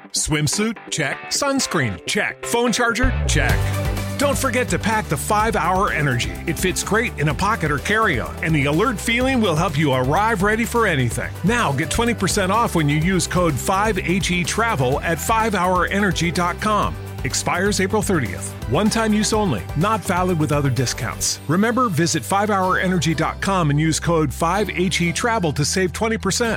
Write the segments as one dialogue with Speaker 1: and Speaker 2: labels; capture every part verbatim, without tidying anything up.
Speaker 1: Swimsuit? Check. Sunscreen? Check. Phone charger? Check. Don't forget to pack the five hour Energy. It fits great in a pocket or carry-on, and the alert feeling will help you arrive ready for anything. Now get twenty percent off when you use code five H E travel at five hour energy dot com. Expires April thirtieth. One-time use only. Not valid with other discounts. Remember, visit five hour energy dot com and use code five H E travel to save twenty percent.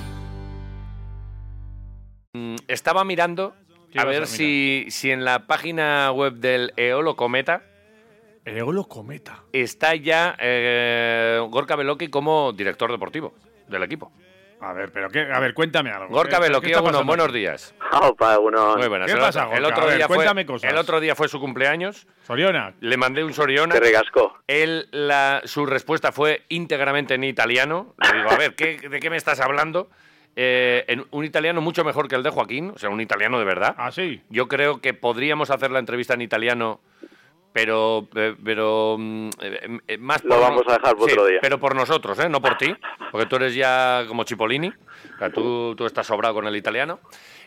Speaker 2: Estaba mirando a ver si, si en la página web del Eolo Cometa
Speaker 3: Eolo Cometa
Speaker 2: está ya eh, Gorka Beloki como director deportivo del equipo.
Speaker 3: A ver, pero qué, a ver, cuéntame algo.
Speaker 2: Gorka Beloki, bueno, buenos días.
Speaker 4: Opa, bueno.
Speaker 2: Muy buenas.
Speaker 3: ¿Qué
Speaker 2: el,
Speaker 3: pasa,
Speaker 2: el
Speaker 3: Gorka?
Speaker 2: otro
Speaker 3: A ver,
Speaker 2: día
Speaker 3: cuéntame
Speaker 2: fue,
Speaker 3: cosas.
Speaker 2: El otro día fue su cumpleaños.
Speaker 3: Soriona.
Speaker 2: Le mandé un Soriona.
Speaker 4: Qué regasco.
Speaker 2: Él, la, su respuesta fue íntegramente en italiano. Le digo, a ver, ¿qué, ¿de qué me estás hablando? Eh, en un italiano mucho mejor que el de Joaquín, o sea, un italiano de verdad.
Speaker 3: ¿Ah, sí?
Speaker 2: Yo creo que podríamos hacer la entrevista en italiano, pero eh, pero eh, más
Speaker 4: Lo
Speaker 2: por
Speaker 4: vamos
Speaker 2: no,
Speaker 4: a dejar por
Speaker 2: sí,
Speaker 4: otro día.
Speaker 2: pero por nosotros, ¿eh? No por ti, porque tú eres ya como Cipollini, o sea, tú, tú estás sobrado con el italiano.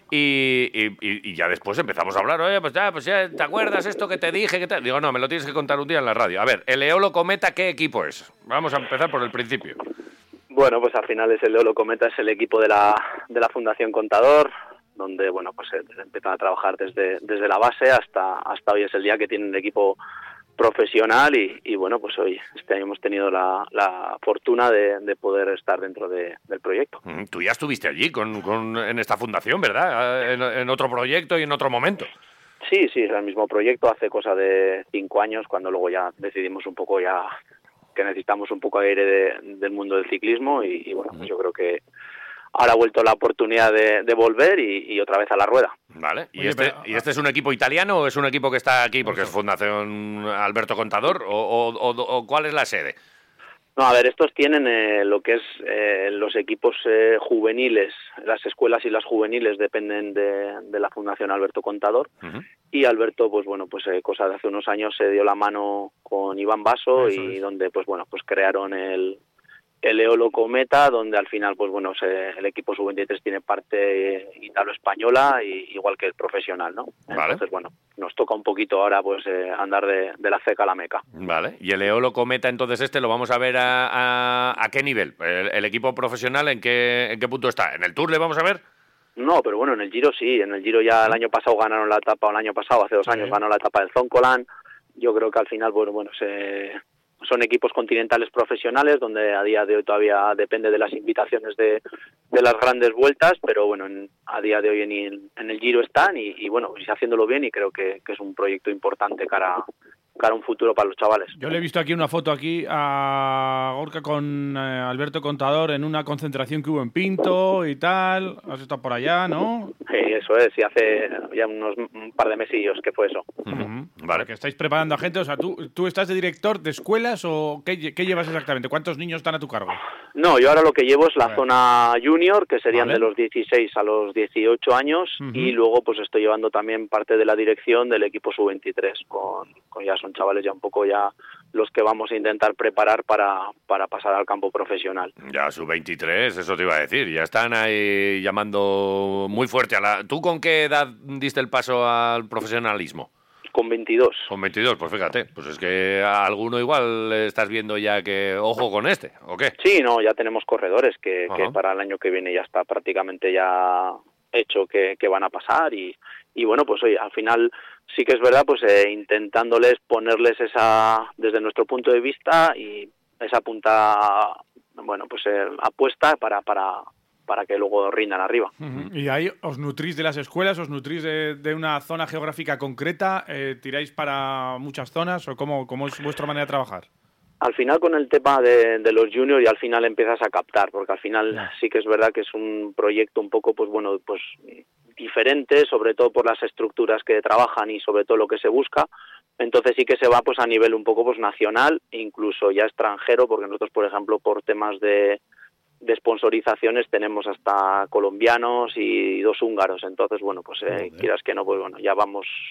Speaker 2: Y, y, y ya después empezamos a hablar, oye, pues ya, pues ya, ¿te acuerdas esto que te dije? ¿Qué tal? Digo, no, me lo tienes que contar un día en la radio. A ver, el Eolo Cometa, ¿qué equipo es? Vamos a empezar por el principio.
Speaker 4: Bueno, pues al final es el Eolo Cometa, es el equipo de la, de la Fundación Contador, donde, bueno, pues empiezan a trabajar desde, desde la base hasta, hasta hoy es el día que tienen un equipo profesional y, y bueno, pues hoy, este año hemos tenido la, la fortuna de, de poder estar dentro de, del proyecto.
Speaker 2: Mm, tú ya estuviste allí con, con, en esta fundación, ¿verdad? En, en otro proyecto y en otro momento.
Speaker 4: Sí, sí, es el mismo proyecto, hace cosa de cinco años, cuando luego ya decidimos un poco ya que necesitamos un poco de aire de, del mundo del ciclismo y, y bueno, pues yo creo que ahora ha vuelto la oportunidad de, de volver y, y otra vez a la rueda.
Speaker 2: Vale, ¿y,
Speaker 3: Oye,
Speaker 2: este,
Speaker 3: pero,
Speaker 2: ¿y este es un equipo italiano o es un equipo que está aquí porque es Fundación Alberto Contador o, o, o, o cuál es la sede?
Speaker 4: No, a ver, estos tienen eh, lo que es eh, los equipos eh, juveniles, las escuelas y las juveniles dependen de, de la Fundación Alberto Contador. Uh-huh. Y Alberto, pues bueno, pues eh, cosa de hace unos años se dio la mano con Iván Basso. Eso y es. Donde, pues bueno, pues crearon el, el Eolo Cometa, donde al final, pues bueno, se, el equipo sub veintitrés tiene parte italo-española, y, igual que el profesional, ¿no?
Speaker 2: Vale.
Speaker 4: Entonces, bueno, nos toca un poquito ahora, pues, eh, andar de, de la ceca a la meca.
Speaker 2: Vale, y el Eolo Cometa, entonces, este lo vamos a ver a, a, a qué nivel, el, el equipo profesional, ¿en qué, en qué punto está? ¿En el Tour le vamos a ver?
Speaker 4: No, pero bueno, en el Giro sí, en el Giro ya el año pasado ganaron la etapa, o el año pasado, hace dos sí. años, ganó la etapa del Zoncolan. Yo creo que al final, bueno, bueno, se... son equipos continentales profesionales donde a día de hoy todavía depende de las invitaciones de, de las grandes vueltas, pero bueno, en, a día de hoy en el, en el Giro están y, y bueno, pues haciéndolo bien, y creo que, que es un proyecto importante cara, cara a un futuro para los chavales.
Speaker 3: Yo le he visto aquí una foto aquí a Gorka con eh, Alberto Contador en una concentración que hubo en Pinto y tal. Has estado por allá, ¿no?
Speaker 4: Sí, eso es, y hace ya unos un par de mesillos que fue eso.
Speaker 3: Uh-huh. Vale. Que estáis preparando a gente, o sea, ¿tú, tú estás de director de escuelas o qué, qué llevas exactamente? ¿Cuántos niños están a tu cargo?
Speaker 4: No, yo ahora lo que llevo es la zona junior, que serían vale. de los dieciséis a los dieciocho años, uh-huh. y luego pues estoy llevando también parte de la dirección del equipo sub veintitrés, con, con ya son chavales ya un poco ya los que vamos a intentar preparar para, para pasar al campo profesional.
Speaker 2: Ya sub veintitrés, eso te iba a decir, ya están ahí llamando muy fuerte a la... ¿Tú con qué edad diste el paso al profesionalismo?
Speaker 4: Con veintidós.
Speaker 2: Con veintidós, pues fíjate, pues es que a alguno igual estás viendo ya que ojo con este, ¿o qué?
Speaker 4: Sí, no, ya tenemos corredores que, que para el año que viene ya está prácticamente ya hecho que, que van a pasar y, y bueno, pues oye, al final sí que es verdad, pues eh, intentándoles ponerles esa, desde nuestro punto de vista, y esa punta, bueno, pues eh, apuesta para... para para que luego rindan arriba.
Speaker 3: Uh-huh. ¿Y ahí os nutrís de las escuelas, os nutrís de, de una zona geográfica concreta? Eh, ¿Tiráis para muchas zonas o cómo, cómo es vuestra manera de trabajar?
Speaker 4: Al final con el tema de, de los juniors, y al final empiezas a captar, porque al final yeah. sí que es verdad que es un proyecto un poco, pues bueno, pues diferente, sobre todo por las estructuras que trabajan y sobre todo lo que se busca. Entonces sí que se va pues a nivel un poco pues nacional, incluso ya extranjero, porque nosotros, por ejemplo, por temas de de sponsorizaciones tenemos hasta colombianos y dos húngaros, entonces bueno, pues eh, quieras que no, pues bueno, ya vamos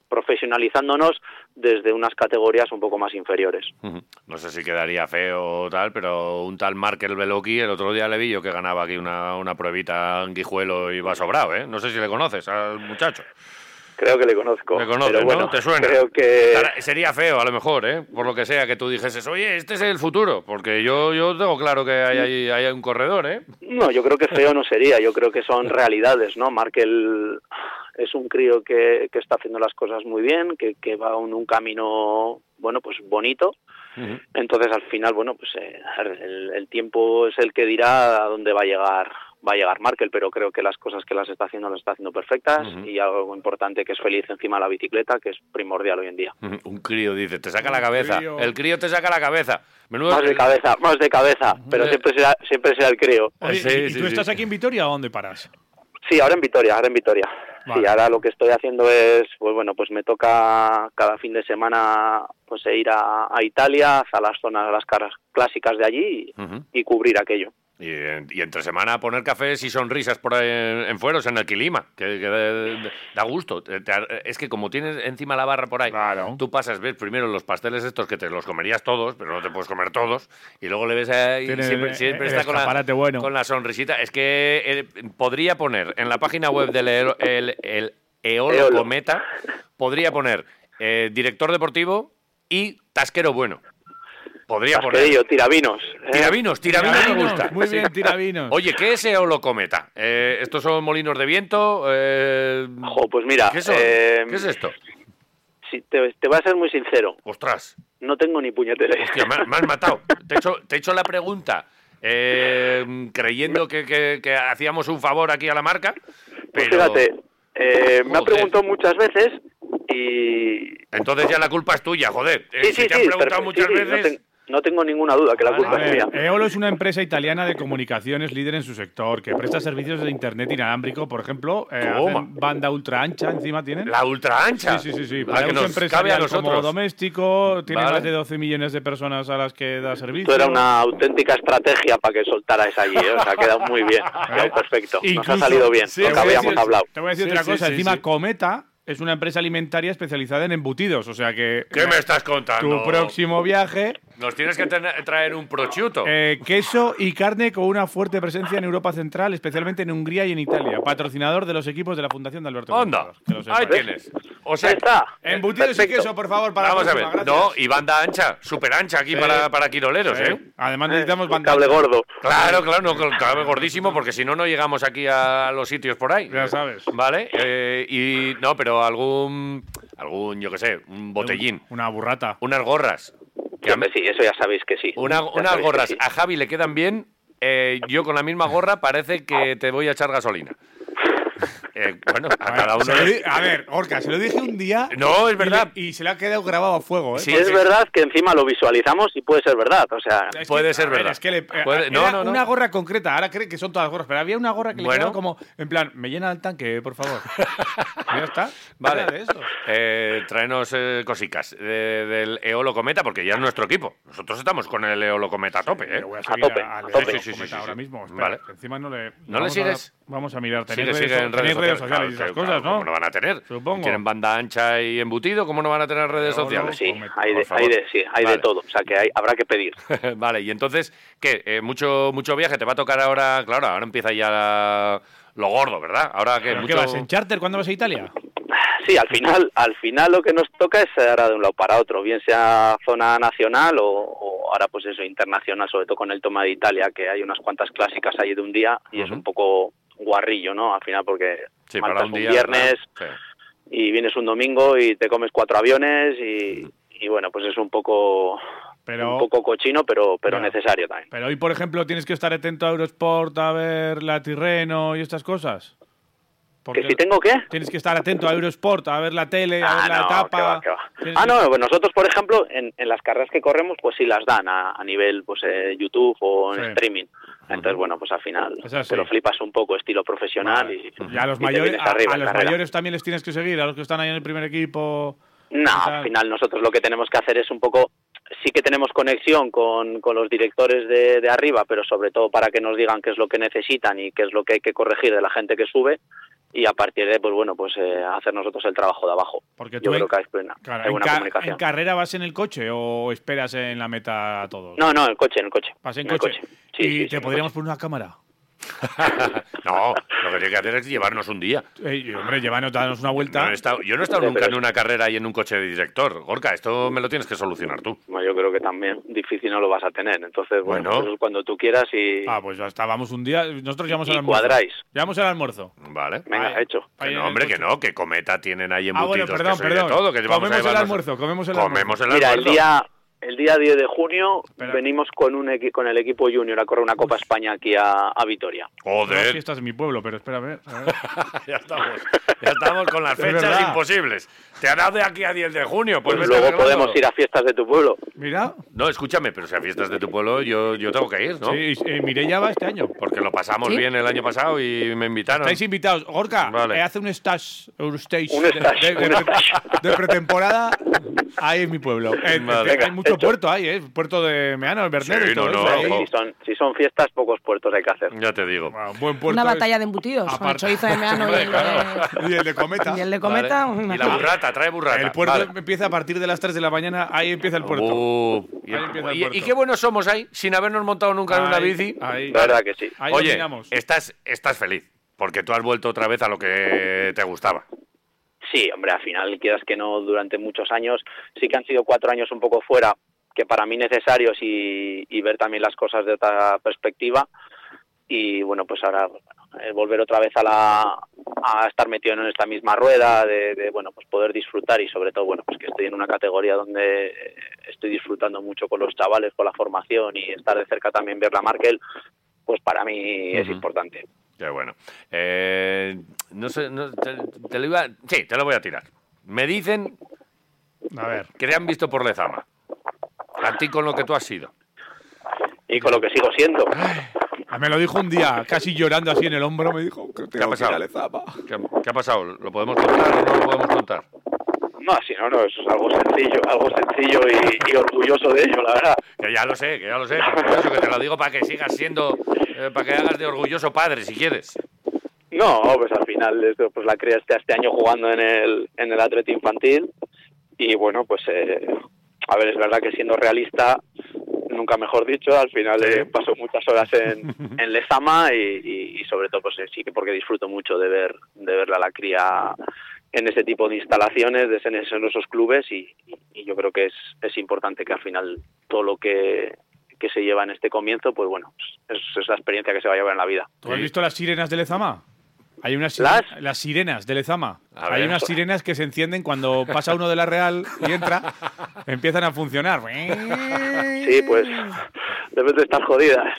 Speaker 4: profesionalizándonos desde unas categorías un poco más inferiores.
Speaker 2: No sé si quedaría feo o tal, pero un tal Markel Beloki, el otro día le vi yo que ganaba aquí una, una pruebita en Guijuelo y va sobrado, ¿eh? No sé si le conoces al muchacho.
Speaker 4: Creo que le conozco.
Speaker 2: Le conoces,
Speaker 4: pero bueno,
Speaker 2: ¿no? ¿Te suena?
Speaker 4: Creo que...
Speaker 2: Sería feo, a lo mejor, ¿eh? Por lo que sea, que tú dijeses, oye, este es el futuro, porque yo, yo tengo claro que hay, hay, hay un corredor, ¿eh?
Speaker 4: No, yo creo que feo no sería, yo creo que son realidades, ¿no? Markel es un crío que, que está haciendo las cosas muy bien, que, que va en un camino, bueno, pues bonito. Uh-huh. Entonces, al final, bueno, pues eh, el, el tiempo es el que dirá a dónde va a llegar va a llegar Markel, pero creo que las cosas que las está haciendo las está haciendo perfectas. Uh-huh. Y algo importante, que es feliz encima de la bicicleta, que es primordial hoy en día.
Speaker 2: Uh-huh. Un crío, dice, te saca la cabeza. Crío. El crío te saca la cabeza.
Speaker 4: Menudo más de el... cabeza, más de cabeza, uh-huh. pero siempre será, siempre será el crío.
Speaker 3: Oye, sí, ¿y, sí, ¿y tú sí. estás aquí en Vitoria o dónde paras?
Speaker 4: Sí, ahora en Vitoria, ahora en Vitoria. Vale. Sí, ahora lo que estoy haciendo es, pues bueno, pues me toca cada fin de semana pues ir a, a Italia, a las zonas, a las caras clásicas de allí y, uh-huh. y cubrir aquello.
Speaker 2: Y, y entre semana poner cafés y sonrisas por ahí en, en fueros, en el Quilima, que, que de, de, da gusto. Te, te, es que como tienes encima la barra por ahí, claro. Tú pasas, ves primero los pasteles estos que te los comerías todos, pero no te puedes comer todos, y luego le ves ahí, y siempre, el, siempre el está con la, bueno. con la sonrisita. Es que eh, podría poner en la página web del el, el, el Eolo Cometa, podría poner eh, director deportivo y tasquero bueno. Podría
Speaker 4: poner. Tiravinos.
Speaker 2: ¿eh? Tiravinos, tiravinos, tiravinos me gusta.
Speaker 3: Muy bien, tiravinos.
Speaker 2: Oye, ¿qué es Eolo Cometa? Eh, ¿Estos son molinos de viento? Eh,
Speaker 4: Ojo, pues mira.
Speaker 2: ¿Qué, son? Eh, ¿Qué es esto?
Speaker 4: Si te, te voy a ser muy sincero.
Speaker 2: Ostras.
Speaker 4: No tengo ni puñetera.
Speaker 2: Hostia, me, me has matado. Te he hecho, te he hecho la pregunta eh, creyendo que, que, que hacíamos un favor aquí a la marca. Pero...
Speaker 4: Pues fíjate, eh, me ha preguntado muchas veces y...
Speaker 2: Entonces ya la culpa es tuya, joder.
Speaker 4: Sí,
Speaker 2: si
Speaker 4: sí,
Speaker 2: te han
Speaker 4: sí,
Speaker 2: preguntado
Speaker 4: pero,
Speaker 2: muchas
Speaker 4: sí, sí,
Speaker 2: veces...
Speaker 4: No te... No tengo ninguna duda que la culpa
Speaker 3: vale,
Speaker 4: es mía.
Speaker 3: Eolo es una empresa italiana de comunicaciones líder en su sector, que presta servicios de internet inalámbrico, por ejemplo, eh, hacen banda ultra ancha, encima tienen.
Speaker 2: ¿La ultra ancha?
Speaker 3: Sí, sí, sí, sí.
Speaker 2: Para
Speaker 3: uso empresarial como doméstico, tiene vale. más de doce millones de personas a las que da servicio.
Speaker 4: Esto era una auténtica estrategia para que soltaras allí, ¿eh? O sea, ha quedado muy bien, ¿eh? Perfecto. Incluso, nos ha salido bien, sí, lo que habíamos
Speaker 3: decir,
Speaker 4: hablado.
Speaker 3: Te voy a decir sí, otra cosa, sí, encima sí. Cometa es una empresa alimentaria especializada en embutidos, o sea que...
Speaker 2: ¿Qué me estás contando?
Speaker 3: Tu próximo viaje...
Speaker 2: Nos tienes que tener, traer un prosciutto.
Speaker 3: Eh, queso y carne con una fuerte presencia en Europa Central, especialmente en Hungría y en Italia. Patrocinador de los equipos de la Fundación de Alberto.
Speaker 2: ¡Onda! Ahí tienes. O sea,
Speaker 4: está.
Speaker 3: Embutidos Perfecto. y queso, por favor, para
Speaker 2: Vamos
Speaker 3: la
Speaker 2: próxima.
Speaker 3: a ver. Gracias.
Speaker 2: No, y banda ancha, súper ancha aquí sí. para, para quiroleros, sí. ¿eh?
Speaker 3: Además necesitamos banda
Speaker 4: cable gordo.
Speaker 2: Claro, claro, no, cable gordísimo, porque si no, no llegamos aquí a los sitios por ahí.
Speaker 3: Ya sabes.
Speaker 2: Vale, eh, y no, pero algún, algún, yo qué sé, un botellín.
Speaker 3: Una burrata.
Speaker 2: Unas gorras.
Speaker 4: Sí, hombre, sí, eso ya sabéis que sí.
Speaker 2: Una, unas gorras. Sí. A Javi le quedan bien. Eh, yo con la misma gorra parece que te voy a echar gasolina. Eh, bueno, a, a ver, cada uno.
Speaker 3: Di, a ver, Orca, se lo dije un día.
Speaker 2: No, es verdad.
Speaker 3: Y, y se le ha quedado grabado a fuego, ¿eh?
Speaker 4: Sí, es verdad que encima lo visualizamos y puede ser verdad. O sea,
Speaker 2: es puede
Speaker 3: que,
Speaker 2: ser verdad.
Speaker 3: Ver, es que le,
Speaker 2: puede,
Speaker 3: no,
Speaker 2: no, no,
Speaker 3: una gorra concreta. Ahora cree que son todas gorras, pero había una gorra que le
Speaker 2: bueno.
Speaker 3: quedaba como, en plan, me llena el tanque, por favor. Ya está.
Speaker 2: Vale. De eso. Eh, tráenos eh, cosicas de, del Eolo Cometa, porque ya es nuestro equipo. Nosotros estamos con el Eolo Cometa a tope, ¿eh?
Speaker 3: Voy a,
Speaker 4: a tope.
Speaker 3: A, a,
Speaker 4: a tope.
Speaker 3: Sí, sí, sí, sí, sí, ahora mismo. Espera,
Speaker 2: vale.
Speaker 3: Encima no le.
Speaker 2: ¿No le sigues?
Speaker 3: A, vamos a mirar. Tenéis
Speaker 2: sigue,
Speaker 3: redes,
Speaker 2: sigue en redes,
Speaker 3: redes
Speaker 2: sociales,
Speaker 3: sociales y esas
Speaker 2: claro,
Speaker 3: cosas,
Speaker 2: claro,
Speaker 3: ¿no?
Speaker 2: ¿Cómo no van a tener?
Speaker 3: Supongo.
Speaker 2: ¿Tienen banda ancha y embutido? ¿Cómo no van a tener redes
Speaker 3: no,
Speaker 2: sociales?
Speaker 4: No, sí, hay de, hay de, sí, hay vale. de todo. O sea, que hay, habrá que pedir.
Speaker 2: Vale, y entonces, ¿qué? Eh, mucho, mucho viaje. Te va a tocar ahora. Claro, ahora empieza ya la, lo gordo, ¿verdad? Ahora que. Mucho...
Speaker 3: ¿Qué vas en charter? ¿Cuándo vas a Italia?
Speaker 4: Sí, al final, al final lo que nos toca es ahora de un lado para otro, bien sea zona nacional o, o ahora pues eso, internacional, sobre todo con el Toma de Italia, que hay unas cuantas clásicas ahí de un día y uh-huh. es un poco guarrillo, ¿no? Al final porque
Speaker 2: sí,
Speaker 4: marcas
Speaker 2: un,
Speaker 4: un
Speaker 2: día,
Speaker 4: viernes
Speaker 2: sí.
Speaker 4: y vienes un domingo y te comes cuatro aviones y, y bueno, pues es un poco... Pero, un poco cochino, pero pero no, necesario también.
Speaker 3: Pero hoy, por ejemplo, tienes que estar atento a Eurosport, a ver la Tirreno y estas cosas.
Speaker 4: Porque ¿Que si tengo qué?
Speaker 3: Tienes que estar atento a Eurosport, a ver la tele, a
Speaker 4: ah,
Speaker 3: ver la
Speaker 4: no,
Speaker 3: etapa.
Speaker 4: Que va, que va. Ah, no, pues nosotros, por ejemplo, en, en las carreras que corremos, pues sí las dan a, a nivel pues eh, YouTube o en sí. streaming. Entonces, bueno, pues al final te lo flipas un poco, estilo profesional.
Speaker 3: Vale.
Speaker 4: y,
Speaker 3: y a los,
Speaker 4: y
Speaker 3: mayores,
Speaker 4: arriba,
Speaker 3: a, a los mayores también les tienes que seguir, a los que están ahí en el primer equipo.
Speaker 4: No, al final nosotros lo que tenemos que hacer es un poco... Sí que tenemos conexión con, con los directores de, de arriba, pero sobre todo para que nos digan qué es lo que necesitan y qué es lo que hay que corregir de la gente que sube. y a partir de, pues bueno, pues eh, hacer nosotros el trabajo de abajo.
Speaker 3: Porque
Speaker 4: yo
Speaker 3: tú
Speaker 4: creo
Speaker 3: en,
Speaker 4: que hay buena,
Speaker 3: claro,
Speaker 4: hay buena
Speaker 3: en, ca
Speaker 4: comunicación.
Speaker 3: ¿En carrera vas en el coche o esperas en la meta a todos?
Speaker 4: No, no, en el coche, en el coche.
Speaker 3: ¿Vas en,
Speaker 4: en
Speaker 3: coche?
Speaker 4: coche. Sí,
Speaker 3: ¿Y
Speaker 4: sí,
Speaker 3: te
Speaker 4: sí,
Speaker 3: podríamos poner una cámara?
Speaker 2: No, lo que tiene que hacer es llevarnos un día.
Speaker 3: Ey, hombre, llévanos, danos una vuelta.
Speaker 2: No he estado, yo no he estado
Speaker 4: Sí,
Speaker 2: nunca
Speaker 4: pero
Speaker 2: en una carrera y en un coche de director. Gorka, esto me lo tienes que solucionar tú.
Speaker 4: Bueno, yo creo que también difícil no lo vas a tener. Entonces, bueno,
Speaker 2: Bueno.
Speaker 4: pues cuando tú quieras y,
Speaker 3: Ah, pues ya está, vamos un día. Nosotros llevamos
Speaker 4: y
Speaker 3: al almuerzo.
Speaker 4: cuadráis.
Speaker 3: Llevamos el almuerzo.
Speaker 2: Vale.
Speaker 4: Venga,
Speaker 3: Ahí.
Speaker 4: hecho.
Speaker 2: Que
Speaker 3: Ahí en
Speaker 2: no,
Speaker 3: el
Speaker 2: hombre, que
Speaker 3: coche.
Speaker 2: no, que Cometa tienen ahí
Speaker 3: Ah, bueno,
Speaker 2: embutidos,
Speaker 3: perdón,
Speaker 2: que soy
Speaker 3: perdón.
Speaker 2: de todo, que vamos a
Speaker 3: Comemos el
Speaker 2: llevarnos-
Speaker 3: almuerzo, comemos el
Speaker 2: Comemos el
Speaker 4: Mira, el
Speaker 2: almuerzo.
Speaker 4: día el día diez de junio
Speaker 3: Espera.
Speaker 4: venimos con un equi- con el equipo junior a correr una Copa España aquí a, a Vitoria.
Speaker 3: No, si
Speaker 2: Joder,
Speaker 3: estás en mi pueblo, pero espérame. A ver.
Speaker 2: ya estamos. Ya estamos con las
Speaker 3: Es
Speaker 2: fechas
Speaker 3: verdad.
Speaker 2: imposibles. Te ha dado de aquí a diez de junio. Pues
Speaker 4: Pues
Speaker 2: vete
Speaker 4: luego
Speaker 2: arreglándolo.
Speaker 4: podemos ir a fiestas de tu pueblo.
Speaker 3: Mira.
Speaker 2: No, escúchame, pero si a fiestas de tu pueblo yo, yo tengo que ir, ¿no?
Speaker 3: Sí, eh, Mireia va este año.
Speaker 2: Porque lo pasamos
Speaker 5: ¿Sí?
Speaker 2: bien el año pasado y me invitaron.
Speaker 3: Estáis invitados. Gorka,
Speaker 2: Vale.
Speaker 3: eh, hace un stage, un stage,
Speaker 4: Un
Speaker 3: de-
Speaker 4: stage,
Speaker 3: de, de-
Speaker 4: un
Speaker 3: de-
Speaker 4: stage.
Speaker 3: de pretemporada ahí en mi pueblo. Eh,
Speaker 2: Vale.
Speaker 3: eh,
Speaker 4: Venga,
Speaker 3: hay mucho
Speaker 4: hecho.
Speaker 3: puerto ahí, ¿eh? Puerto de Meano, el Bernero
Speaker 2: Sí,
Speaker 3: y todo
Speaker 2: no,
Speaker 3: eso.
Speaker 2: no,
Speaker 3: ahí.
Speaker 2: ojo.
Speaker 4: Si son, si son fiestas, pocos puertos hay que hacer.
Speaker 2: Ya te digo.
Speaker 3: Bueno, un buen puerto.
Speaker 5: Una
Speaker 3: es-
Speaker 5: batalla de embutidos, con el
Speaker 3: aparte-
Speaker 5: chorizo de Meano y el de,
Speaker 3: Y el de Cometa.
Speaker 5: y el de Cometa.
Speaker 2: Vale. Y la
Speaker 5: imagínate.
Speaker 2: burrata, trae burrata.
Speaker 3: El puerto
Speaker 2: Vale.
Speaker 3: empieza a partir de las tres de la mañana, ahí empieza el puerto.
Speaker 2: Uh, y,
Speaker 3: Ahí empieza el
Speaker 2: y-
Speaker 3: puerto.
Speaker 2: y qué buenos somos ahí, sin habernos montado nunca en una
Speaker 3: Ahí,
Speaker 2: bici.
Speaker 3: ahí.
Speaker 4: La verdad que sí.
Speaker 3: Ahí
Speaker 2: Oye,
Speaker 3: dominamos.
Speaker 2: estás, estás feliz, porque tú has vuelto otra vez a lo que te gustaba.
Speaker 4: Sí, hombre, al final, quieras que no, durante muchos años, sí que han sido cuatro años un poco fuera, que para mí necesarios y, y ver también las cosas de otra perspectiva. Y bueno, pues ahora bueno, eh, volver otra vez a la a estar metido en esta misma rueda, de, de bueno, pues poder disfrutar y sobre todo, bueno, pues que estoy en una categoría donde eh, estoy disfrutando mucho con los chavales, con la formación y estar de cerca también ver la Markel, pues para mí es
Speaker 2: Ujú.
Speaker 4: importante.
Speaker 2: Qué bueno. Eh, no sé, no, te, te lo iba, sí, te lo voy a tirar. Me dicen
Speaker 3: A ver.
Speaker 2: que te han visto por Lezama. A ti con lo que tú has sido.
Speaker 4: Y con lo que sigo siendo.
Speaker 3: Me lo dijo un día, casi llorando así en el hombro, me dijo que
Speaker 2: ¿Qué ha
Speaker 3: tengo que ir
Speaker 2: pasado?
Speaker 3: a Lezama.
Speaker 2: ¿Qué, qué ha pasado? ¿Lo podemos contar o no lo podemos contar?
Speaker 4: No, así no, no, eso es algo sencillo, algo sencillo y, y orgulloso de ello, la verdad.
Speaker 2: Que ya lo sé, que ya lo sé. Pero por eso que te lo digo para que sigas siendo, eh, para que hagas de orgulloso padre, si quieres.
Speaker 4: No, pues al final esto, pues la cría este, este año jugando en el en el Atleti infantil y bueno, pues eh, a ver, es verdad que siendo realista, nunca mejor dicho, al final
Speaker 2: Sí.
Speaker 4: eh, paso muchas horas en, en Lezama y, y, y sobre todo pues eh, sí que porque disfruto mucho de ver de verla a la cría en ese tipo de instalaciones, de en esos, en esos clubes y, y, y yo creo que es, es importante que al final todo lo que que se lleva en este comienzo, pues bueno, es, es la experiencia que se va a llevar en la vida.
Speaker 3: ¿Tú has
Speaker 2: Sí.
Speaker 3: visto las sirenas de Lezama? Hay unas
Speaker 4: ¿Las?
Speaker 3: las sirenas de Lezama.
Speaker 2: A
Speaker 3: Hay
Speaker 2: ver.
Speaker 3: unas sirenas que se encienden cuando pasa uno de la Real y entra, empiezan a funcionar.
Speaker 4: Sí, pues deben de estar jodidas.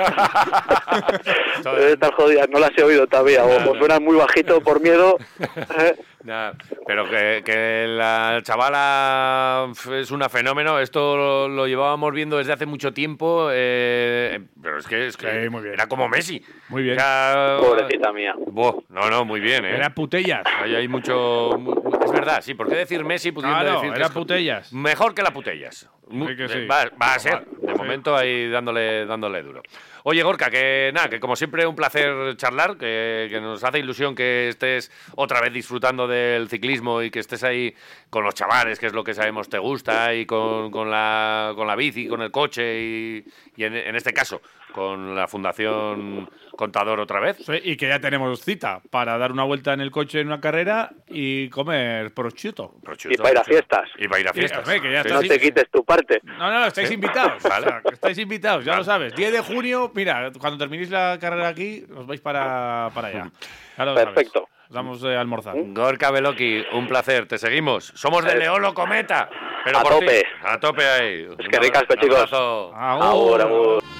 Speaker 4: Deben de estar jodidas, no las he oído todavía. O, o suenan muy bajito por miedo. ¿eh?
Speaker 2: Nah, pero que, que la chavala es una fenómeno. Esto lo, lo llevábamos viendo desde hace mucho tiempo. Eh, pero es que, es que
Speaker 3: Sí, muy bien.
Speaker 2: era como Messi.
Speaker 3: Muy bien.
Speaker 2: Era-
Speaker 4: Pobrecita mía.
Speaker 2: Buah, no, no, muy bien, ¿eh?
Speaker 3: Era putellas.
Speaker 2: Ahí hay mucho. mu- Es verdad, sí. ¿Por qué decir Messi pudiendo
Speaker 3: Claro,
Speaker 2: decir que
Speaker 3: era
Speaker 2: es co-
Speaker 3: putellas.
Speaker 2: Mejor que la putellas. Mu-
Speaker 3: Sí que sí.
Speaker 2: Va, va a ser. De
Speaker 3: Sí.
Speaker 2: momento ahí dándole, dándole duro. Oye, Gorka, que nada, que como siempre un placer charlar, que, que nos hace ilusión que estés otra vez disfrutando del ciclismo y que estés ahí con los chavales, que es lo que sabemos te gusta, y con, con, la, con la bici, con el coche y, y en, en este caso con la Fundación Contador otra vez.
Speaker 3: Sí, y que ya tenemos cita para dar una vuelta en el coche en una carrera y comer prosciutto.
Speaker 2: Prosciutto,
Speaker 4: Y para ir a
Speaker 2: prosciutto.
Speaker 4: fiestas.
Speaker 2: Y para ir a
Speaker 3: Y,
Speaker 2: fiestas.
Speaker 3: hombre, que ya
Speaker 2: Sí,
Speaker 3: está
Speaker 4: No
Speaker 3: sí.
Speaker 4: te quites tu parte.
Speaker 3: No, no, estáis
Speaker 2: ¿Sí?
Speaker 3: invitados.
Speaker 2: Vale.
Speaker 3: O sea, que estáis invitados, ya
Speaker 2: Vale.
Speaker 3: lo sabes. diez de junio, mira, cuando terminéis la carrera aquí, os vais para, para allá. Ya lo sabes.
Speaker 4: Perfecto.
Speaker 3: Os damos eh, a almorzar.
Speaker 2: Gorka Beloki, un placer, te seguimos. Somos de
Speaker 4: Eh,
Speaker 2: Leolo Cometa. Pero
Speaker 4: a
Speaker 2: por
Speaker 4: tope.
Speaker 2: ti. A tope ahí.
Speaker 4: Es que ricasco,
Speaker 2: Un
Speaker 4: chicos.
Speaker 2: abrazo.
Speaker 3: Agur.
Speaker 4: Ahora, ahora.